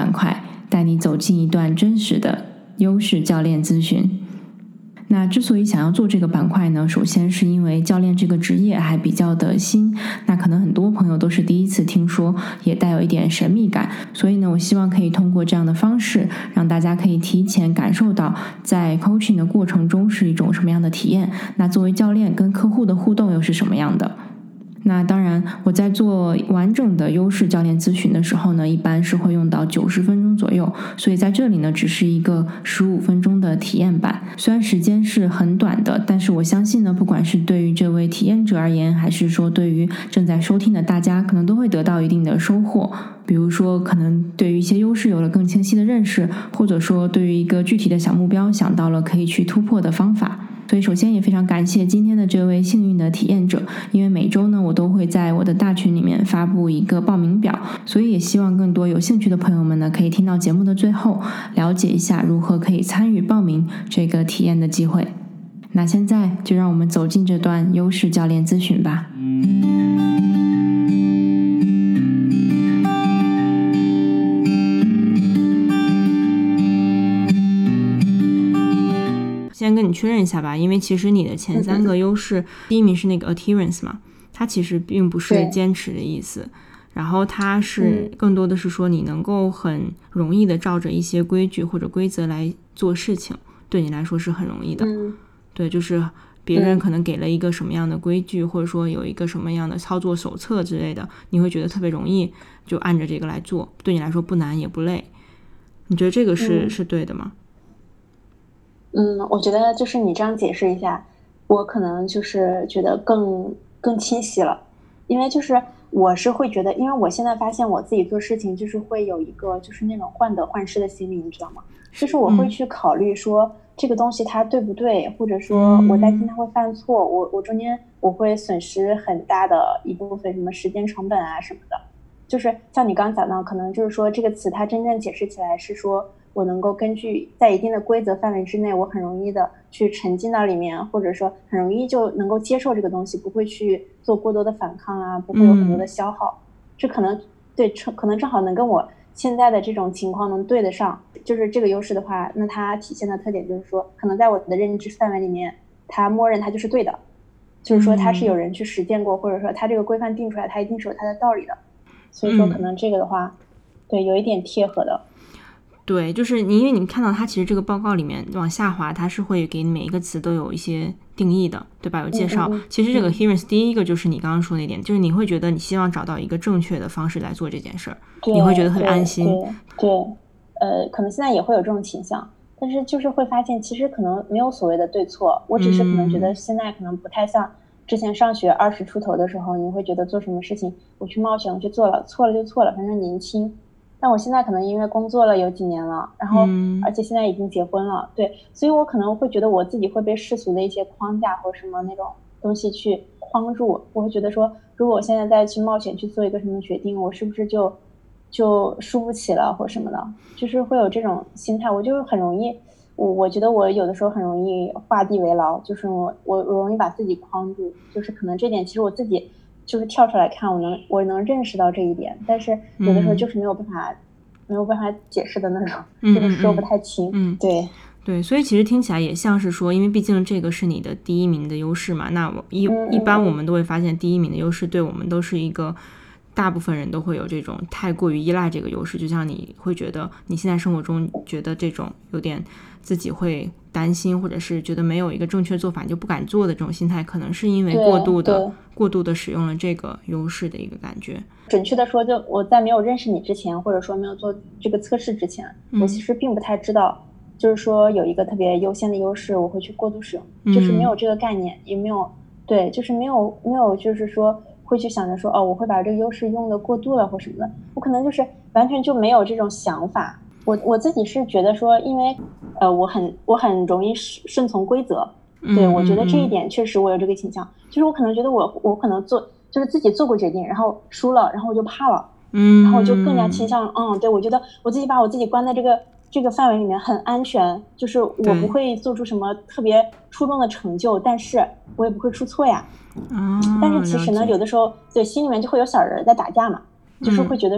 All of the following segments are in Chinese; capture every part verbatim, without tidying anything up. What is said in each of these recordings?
板块，带你走进一段真实的优势教练咨询。那之所以想要做这个板块呢，首先是因为教练这个职业还比较的新，那可能很多朋友都是第一次听说，也带有一点神秘感，所以呢，我希望可以通过这样的方式，让大家可以提前感受到在 coaching 的过程中是一种什么样的体验，那作为教练跟客户的互动又是什么样的。那当然我在做完整的优势教练咨询的时候呢，一般是会用到九十分钟左右，所以在这里呢只是一个十五分钟的体验版，虽然时间是很短的，但是我相信呢，不管是对于这位体验者而言，还是说对于正在收听的大家，可能都会得到一定的收获。比如说可能对于一些优势有了更清晰的认识，或者说对于一个具体的小目标想到了可以去突破的方法。所以首先也非常感谢今天的这位幸运的体验者，因为每周呢我都会在我的大群里面发布一个报名表，所以也希望更多有兴趣的朋友们呢可以听到节目的最后，了解一下如何可以参与报名这个体验的机会。那现在就让我们走进这段优势教练咨询吧。先跟你确认一下吧，因为其实你的前三个优势，第一名是那个 adherence 嘛，它其实并不是坚持的意思，然后它是更多的是说你能够很容易的照着一些规矩或者规则来做事情，对你来说是很容易的。 嗯， 对，就是别人可能给了一个什么样的规矩，或者说有一个什么样的操作手册之类的，你会觉得特别容易就按着这个来做，对你来说不难也不累。你觉得这个是、嗯、是对的吗？ 嗯，我觉得就是你这样解释一下，我可能就是觉得更更清晰了。因为就是我是会觉得，因为我现在发现我自己做事情就是会有一个就是那种患得患失的心理，你知道吗？就是我会去考虑说、嗯、这个东西它对不对，或者说我担心它会犯错，嗯、我我中间我会损失很大的一部分什么时间成本啊什么的。就是像你刚讲到，可能就是说这个词它真正解释起来是说我能够根据在一定的规则范围之内，我很容易的去沉浸到里面，或者说很容易就能够接受这个东西，不会去做过多的反抗啊，不会有很多的消耗。嗯、这可能对，可能正好能跟我现在的这种情况能对得上。就是这个优势的话，那它体现的特点就是说，可能在我的认知范围里面，它默认它就是对的，就是说它是有人去实践过，或者说它这个规范定出来，它一定是有它的道理的。所以说可能这个的话、嗯、对，有一点贴合的。 对，就是你因为你看到它其实这个报告里面往下滑，它是会给每一个词都有一些定义的，对吧？有介绍。 嗯嗯、 其实这个 adherence、嗯、第一个就是你刚刚说那点，就是你会觉得你希望找到一个正确的方式来做这件事儿，你会觉得特别安心。 对 对, 对，呃，可能现在也会有这种倾向，但是就是会发现其实可能没有所谓的对错，我只是可能觉得现在可能不太像之前上学二十出头的时候，你会觉得做什么事情我去冒险我去做了，错了就错了，反正年轻。但我现在可能因为工作了有几年了，然后而且现在已经结婚了、嗯、对，所以我可能会觉得我自己会被世俗的一些框架或什么那种东西去框住，我会觉得说如果我现在再去冒险去做一个什么决定，我是不是就就输不起了或什么的，就是会有这种心态。我就很容易我我觉得我有的时候很容易画地为牢，就是我我容易把自己框住，就是可能这点其实我自己就是跳出来看，我能我能认识到这一点，但是有的时候就是没有办法、嗯、没有办法解释的那种，就是说不太清。 嗯， 对对，所以其实听起来也像是说，因为毕竟这个是你的第一名的优势嘛，那我一、嗯、一般我们都会发现第一名的优势对我们都是一个大部分人都会有这种太过于依赖这个优势，就像你会觉得你现在生活中觉得这种有点自己会担心或者是觉得没有一个正确做法你就不敢做的这种心态，可能是因为过度的过度的使用了这个优势的一个感觉。 准确的说，就我在没有认识你之前，或者说没有做这个测试之前、嗯、我其实并不太知道就是说有一个特别优先的优势我会去过度使用、嗯、就是没有这个概念，也没有对，就是没有没有就是说会去想着说哦，我会把这个优势用的过度了或什么的，我可能就是完全就没有这种想法。我我自己是觉得说，因为呃，我很我很容易顺从规则，对、嗯、我觉得这一点确实我有这个倾向，就是我可能觉得我我可能做就是自己做过决定，然后输了，然后我就怕了，嗯，然后我就更加倾向嗯，对，我觉得我自己把我自己关在这个这个范围里面很安全，就是我不会做出什么特别出众的成就，但是我也不会出错呀。 嗯， 但是其实呢，有的时候对心里面就会有小人在打架嘛，就是会觉得说、嗯、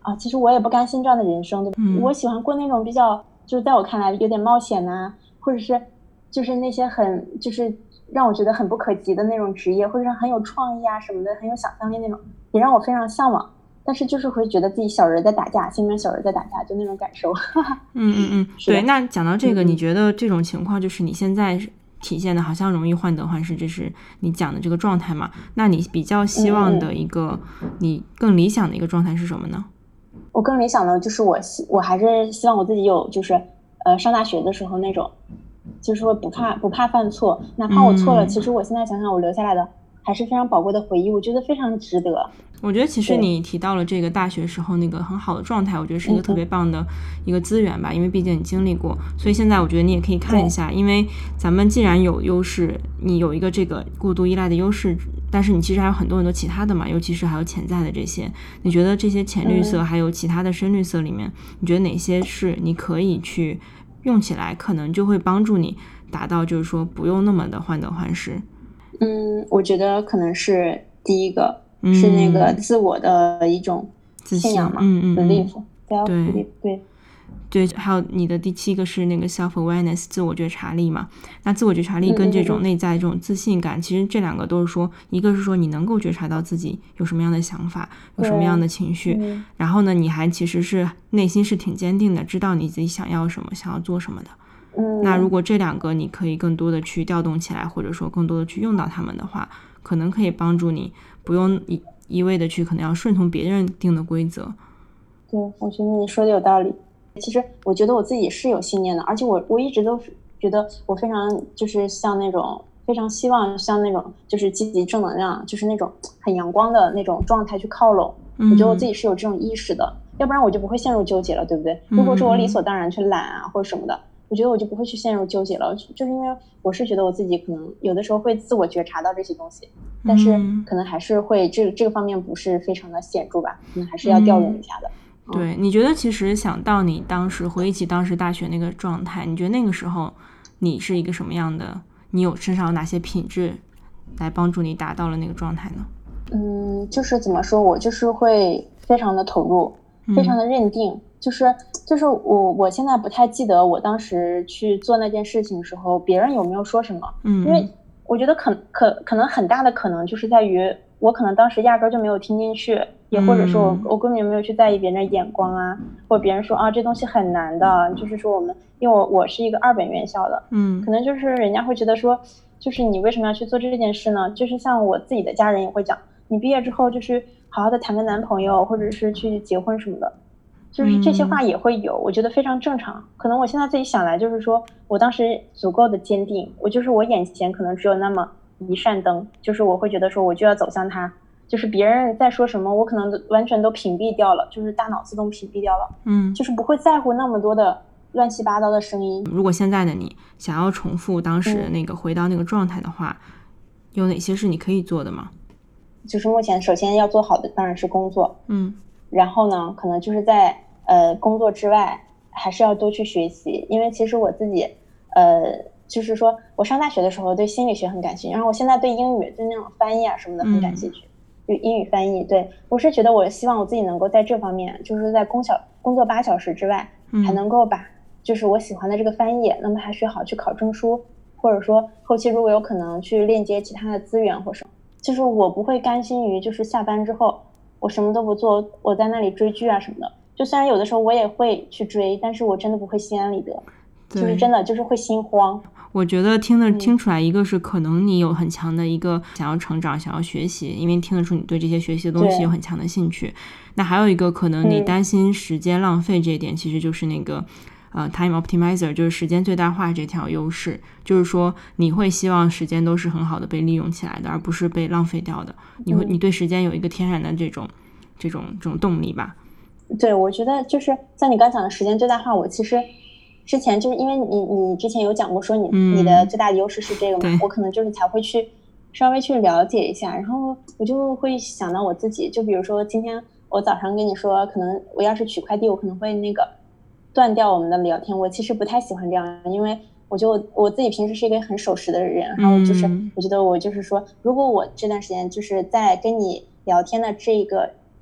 啊，其实我也不甘心这样的人生，对吧？ 嗯， 我喜欢过那种比较，就是在我看来有点冒险呐、啊，或者是就是那些很就是让我觉得很不可及的那种职业，或者是很有创意啊什么的，很有想象力那种，也让我非常向往。但是就是会觉得自己小人在打架，心里面小人在打架，就那种感受。 嗯嗯嗯，对。那讲到这个， 嗯、 你觉得这种情况就是你现在体现的好像容易患得患失，这是你讲的这个状态嘛？那你比较希望的一个，嗯嗯你更理想的一个状态是什么呢？ 我更理想的就是我希我还是希望我自己有就是呃上大学的时候那种，就是说不怕不怕犯错，哪怕我错了，嗯、其实我现在想想我留下来的还是非常宝贵的回忆，我觉得非常值得。 我觉得其实你提到了这个大学时候那个很好的状态，我觉得是一个特别棒的一个资源吧，因为毕竟你经历过，所以现在我觉得你也可以看一下，因为咱们既然有优势，你有一个这个过度依赖的优势，但是你其实还有很多很多其他的嘛，尤其是还有潜在的这些，你觉得这些浅绿色还有其他的深绿色里面，你觉得哪些是你可以去用起来，可能就会帮助你达到就是说不用那么的患得患失？ 嗯，我觉得可能是第一个。是那个自我的一种信仰嘛， 嗯嗯嗯 belief， 对对对，还有你的第七个是那个 self awareness 自我觉察力嘛。那自我觉察力跟这种内在这种自信感，嗯嗯嗯其实这两个都是说，一个是说你能够觉察到自己有什么样的想法，有什么样的情绪，嗯、然后呢，你还其实是内心是挺坚定的，知道你自己想要什么，想要做什么的。 嗯， 那如果这两个你可以更多的去调动起来，或者说更多的去用到它们的话，可能可以帮助你不用一一味的去可能要顺从别人定的规则。 对，我觉得你说的有道理。其实我觉得我自己是有信念的，而且我我一直都是觉得我非常就是像那种非常希望像那种就是积极正能量，就是那种很阳光的那种状态去靠拢。嗯、我觉得我自己是有这种意识的，要不然我就不会陷入纠结了，对不对？如果说我理所当然去懒啊或者什么的，我觉得我就不会去陷入纠结了，就是因为我是觉得我自己可能有的时候会自我觉察到这些东西，但是可能还是会这这个方面不是非常的显著吧，可能还是要调用一下的。嗯对，你觉得其实想到你当时回忆起当时大学那个状态，你觉得那个时候你是一个什么样的？你有身上有哪些品质来帮助你达到了那个状态呢？ 嗯，就是怎么说，我就是会非常的投入，非常的认定，嗯、就是就是我我现在不太记得我当时去做那件事情的时候，别人有没有说什么，嗯，因为我觉得可可可能很大的可能就是在于我可能当时压根就没有听进去。也或者说我我根本就没有去在意别人的眼光啊，或者别人说啊这东西很难的，就是说我们因为我我是一个二本院校的，嗯，可能就是人家会觉得说，就是你为什么要去做这件事呢？就是像我自己的家人也会讲，你毕业之后就是好好的谈个男朋友，或者是去结婚什么的，就是这些话也会有，我觉得非常正常。可能我现在自己想来就是说我当时足够的坚定，我就是我眼前可能只有那么一扇灯，就是我会觉得说我就要走向它。就是别人在说什么，我可能完全都屏蔽掉了，就是大脑自动屏蔽掉了，嗯，就是不会在乎那么多的乱七八糟的声音。 如果现在的你想要重复当时那个、嗯、回到那个状态的话，有哪些是你可以做的吗？ 就是目前首先要做好的当然是工作，嗯，然后呢，可能就是在呃工作之外，还是要多去学习，因为其实我自己呃。就是说我上大学的时候对心理学很感兴趣，然后我现在对英语对那种翻译啊什么的很感兴趣，就英语翻译。对，我是觉得我希望我自己能够在这方面，就是在工小工作八小时之外，还能够把就是我喜欢的这个翻译，那么还学好去考证书，或者说后期如果有可能去链接其他的资源或什么，就是我不会甘心于就是下班之后我什么都不做，我在那里追剧啊什么的。就虽然有的时候我也会去追，但是我真的不会心安理得。就是真的就是会心慌。 我觉得听得听出来，一个是可能你有很强的一个想要成长、想要学习，因为听得出你对这些学习的东西有很强的兴趣。那还有一个可能你担心时间浪费这一点，嗯、其实就是那个呃 time optimizer， 就是时间最大化这条优势，就是说你会希望时间都是很好的被利用起来的，而不是被浪费掉的。你会、嗯、你对时间有一个天然的这种这种这种动力吧？ 对，我觉得就是像你刚讲的时间最大化，我其实。之前就是因为你你之前有讲过说你、嗯、你的最大的优势是这个嘛，我可能就是才会去稍微去了解一下，然后我就会想到我自己，就比如说今天我早上跟你说可能我要是取快递我可能会那个断掉我们的聊天，我其实不太喜欢这样，因为我就我自己平时是一个很守时的人，然后就是我觉得我就是说如果我这段时间就是在跟你聊天的这个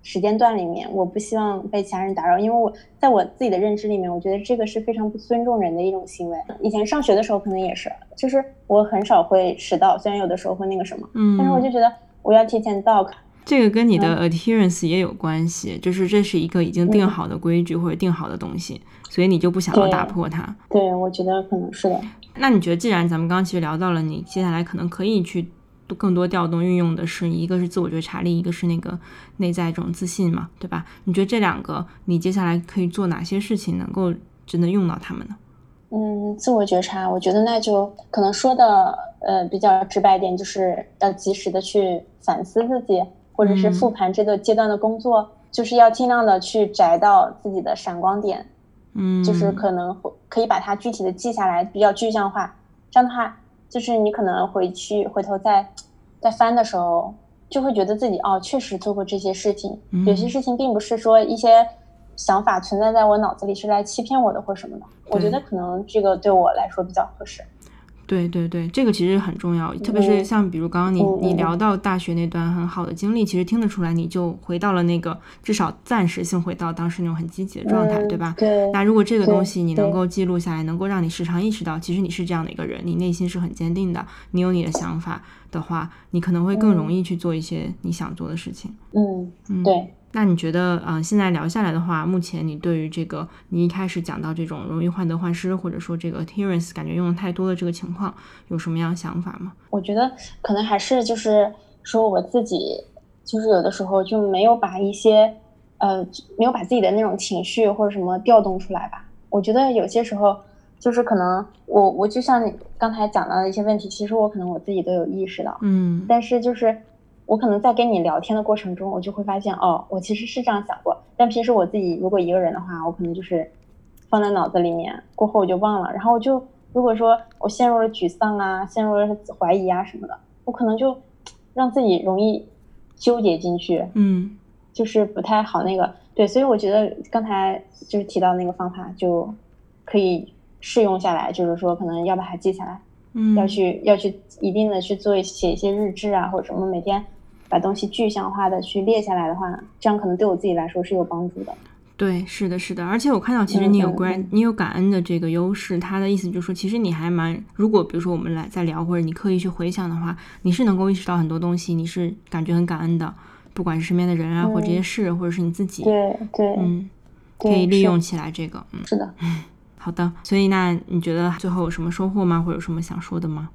时间段里面，我不希望被其他人打扰，因为我在我自己的认知里面，我觉得这个是非常不尊重人的一种行为。以前上学的时候可能也是，就是我很少会迟到，虽然有的时候会那个什么，嗯，但是我就觉得我要提前到。 这个跟你的 adherence 也有关系，嗯，就是这是一个已经定好的规矩，嗯，或者定好的东西，所以你就不想要打破它。 对，对，我觉得可能是的。 那你觉得既然咱们刚刚其实聊到了，你接下来可能可以去更多调动运用的是一个是自我觉察力，一个是那个内在这种自信嘛，对吧？你觉得这两个你接下来可以做哪些事情能够真的用到它们呢？ 嗯，自我觉察，我觉得那就可能说的呃比较直白一点，就是要及时的去反思自己，或者是复盘这个阶段的工作，嗯，就是要尽量的去摘到自己的闪光点，嗯，就是可能可以把它具体的记下来，比较具象化，这样的话就是你可能回去回头再在翻的时候就会觉得自己哦确实做过这些事情，嗯，有些事情并不是说一些想法存在在我脑子里是来欺骗我的或什么的，我觉得可能这个对我来说比较合适。 对对对，这个其实很重要，特别是像比如刚刚你、嗯、你聊到大学那段很好的经历，其实听得出来你就回到了那个至少暂时性回到当时那种很积极的状态、嗯、对吧？ 对。 那如果这个东西你能够记录下来，能够让你时常意识到其实你是这样的一个人，你内心是很坚定的，你有你的想法的话，你可能会更容易去做一些你想做的事情。 嗯，嗯对。 那你觉得呃，现在聊下来的话，目前你对于这个你一开始讲到这种容易患得患失，或者说这个 adherence 感觉用的太多的这个情况，有什么样的想法吗？ 我觉得可能还是就是说我自己就是有的时候就没有把一些呃没有把自己的那种情绪或者什么调动出来吧。我觉得有些时候就是可能我我就像你刚才讲到的一些问题，其实我可能我自己都有意识到，嗯，但是就是我可能在跟你聊天的过程中，我就会发现哦，我其实是这样想过，但平时我自己如果一个人的话，我可能就是放在脑子里面，过后我就忘了，然后我就如果说我陷入了沮丧啊，陷入了怀疑啊什么的，我可能就让自己容易纠结进去，嗯，就是不太好那个，对，所以我觉得刚才就是提到那个方法就可以试用下来，就是说可能要把它记下来。嗯，要去要去一定的去做写一些日志啊或者什么，每天把东西具象化的去列下来的话，这样可能对我自己来说是有帮助的。 对，是的是的，而且我看到其实你有 grant、嗯、你有感恩的这个优势，他的意思就是说其实你还蛮，如果比如说我们来在聊或者你刻意去回想的话，你是能够意识到很多东西，你是感觉很感恩的，不管是身边的人啊、嗯、或者这些事或者是你自己， 对对， 嗯，可以利用起来这个， 嗯，是的。 好的，所以那你觉得最后有什么收获吗？或者有什么想说的吗？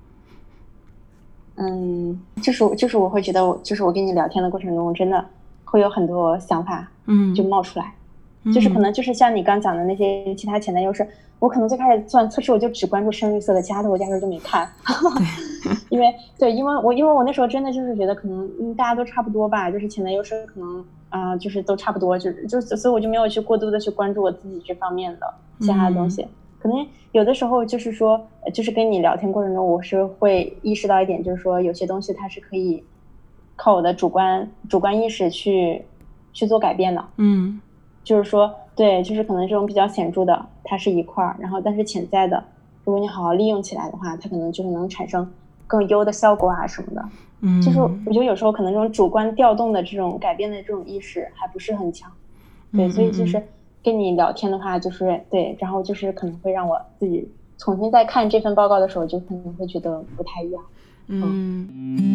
嗯，就是就是我会觉得我就是我跟你聊天的过程中真的会有很多想法嗯就冒出来、嗯、就是可能就是像你刚讲的那些其他潜在优势，我可能最开始做完测试我就只关注深绿色的，其他的我压根就没看因为对因为我因为我那时候真的就是觉得可能、嗯、大家都差不多吧，就是潜在优势可能啊、呃，就是都差不多，就是就所以我就没有去过度的去关注我自己这方面的其他的东西、嗯，可能有的时候就是说就是跟你聊天过程中我是会意识到一点，就是说有些东西它是可以靠我的主观主观意识去去做改变的，嗯，就是说对，就是可能这种比较显著的它是一块，然后但是潜在的如果你好好利用起来的话，它可能就是能产生更优的效果啊什么的，嗯，就是我觉得有时候可能这种主观调动的这种改变的这种意识还不是很强，对，所以就是跟你聊天的话就是对，然后就是可能会让我自己重新再看这份报告的时候就可能会觉得不太一样。嗯，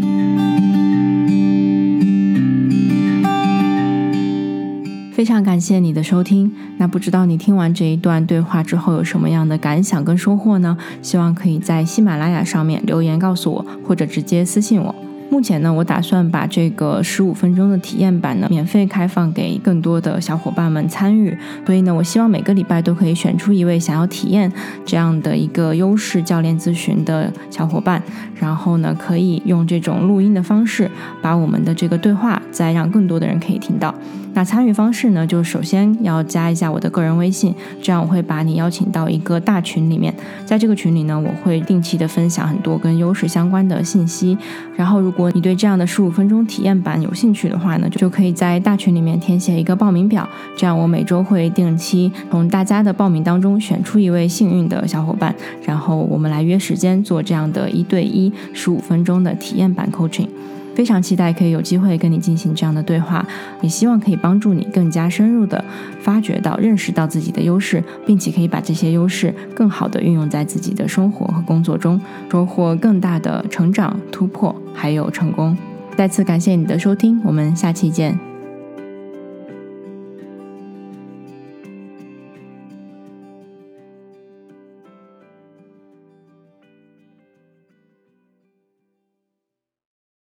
非常感谢你的收听，那不知道你听完这一段对话之后有什么样的感想跟收获呢？希望可以在喜马拉雅上面留言告诉我，或者直接私信我。目前呢，我打算把这个十五分钟的体验版呢免费开放给更多的小伙伴们参与，所以呢，我希望每个礼拜都可以选出一位想要体验这样的一个优势教练咨询的小伙伴，然后呢，可以用这种录音的方式把我们的这个对话再让更多的人可以听到。那参与方式呢，就首先要加一下我的个人微信，这样我会把你邀请到一个大群里面，在这个群里呢，我会定期的分享很多跟优势相关的信息，然后如果你对这样的十五分钟体验版有兴趣的话呢，就可以在大群里面填写一个报名表，这样我每周会定期从大家的报名当中选出一位幸运的小伙伴，然后我们来约时间做这样的一对一十五分钟的体验版 coaching。 非常期待可以有机会跟你进行这样的对话，也希望可以帮助你更加深入的发掘到、认识到自己的优势，并且可以把这些优势更好的运用在自己的生活和工作中，收获更大的成长、突破还有成功。再次感谢你的收听，我们下期见。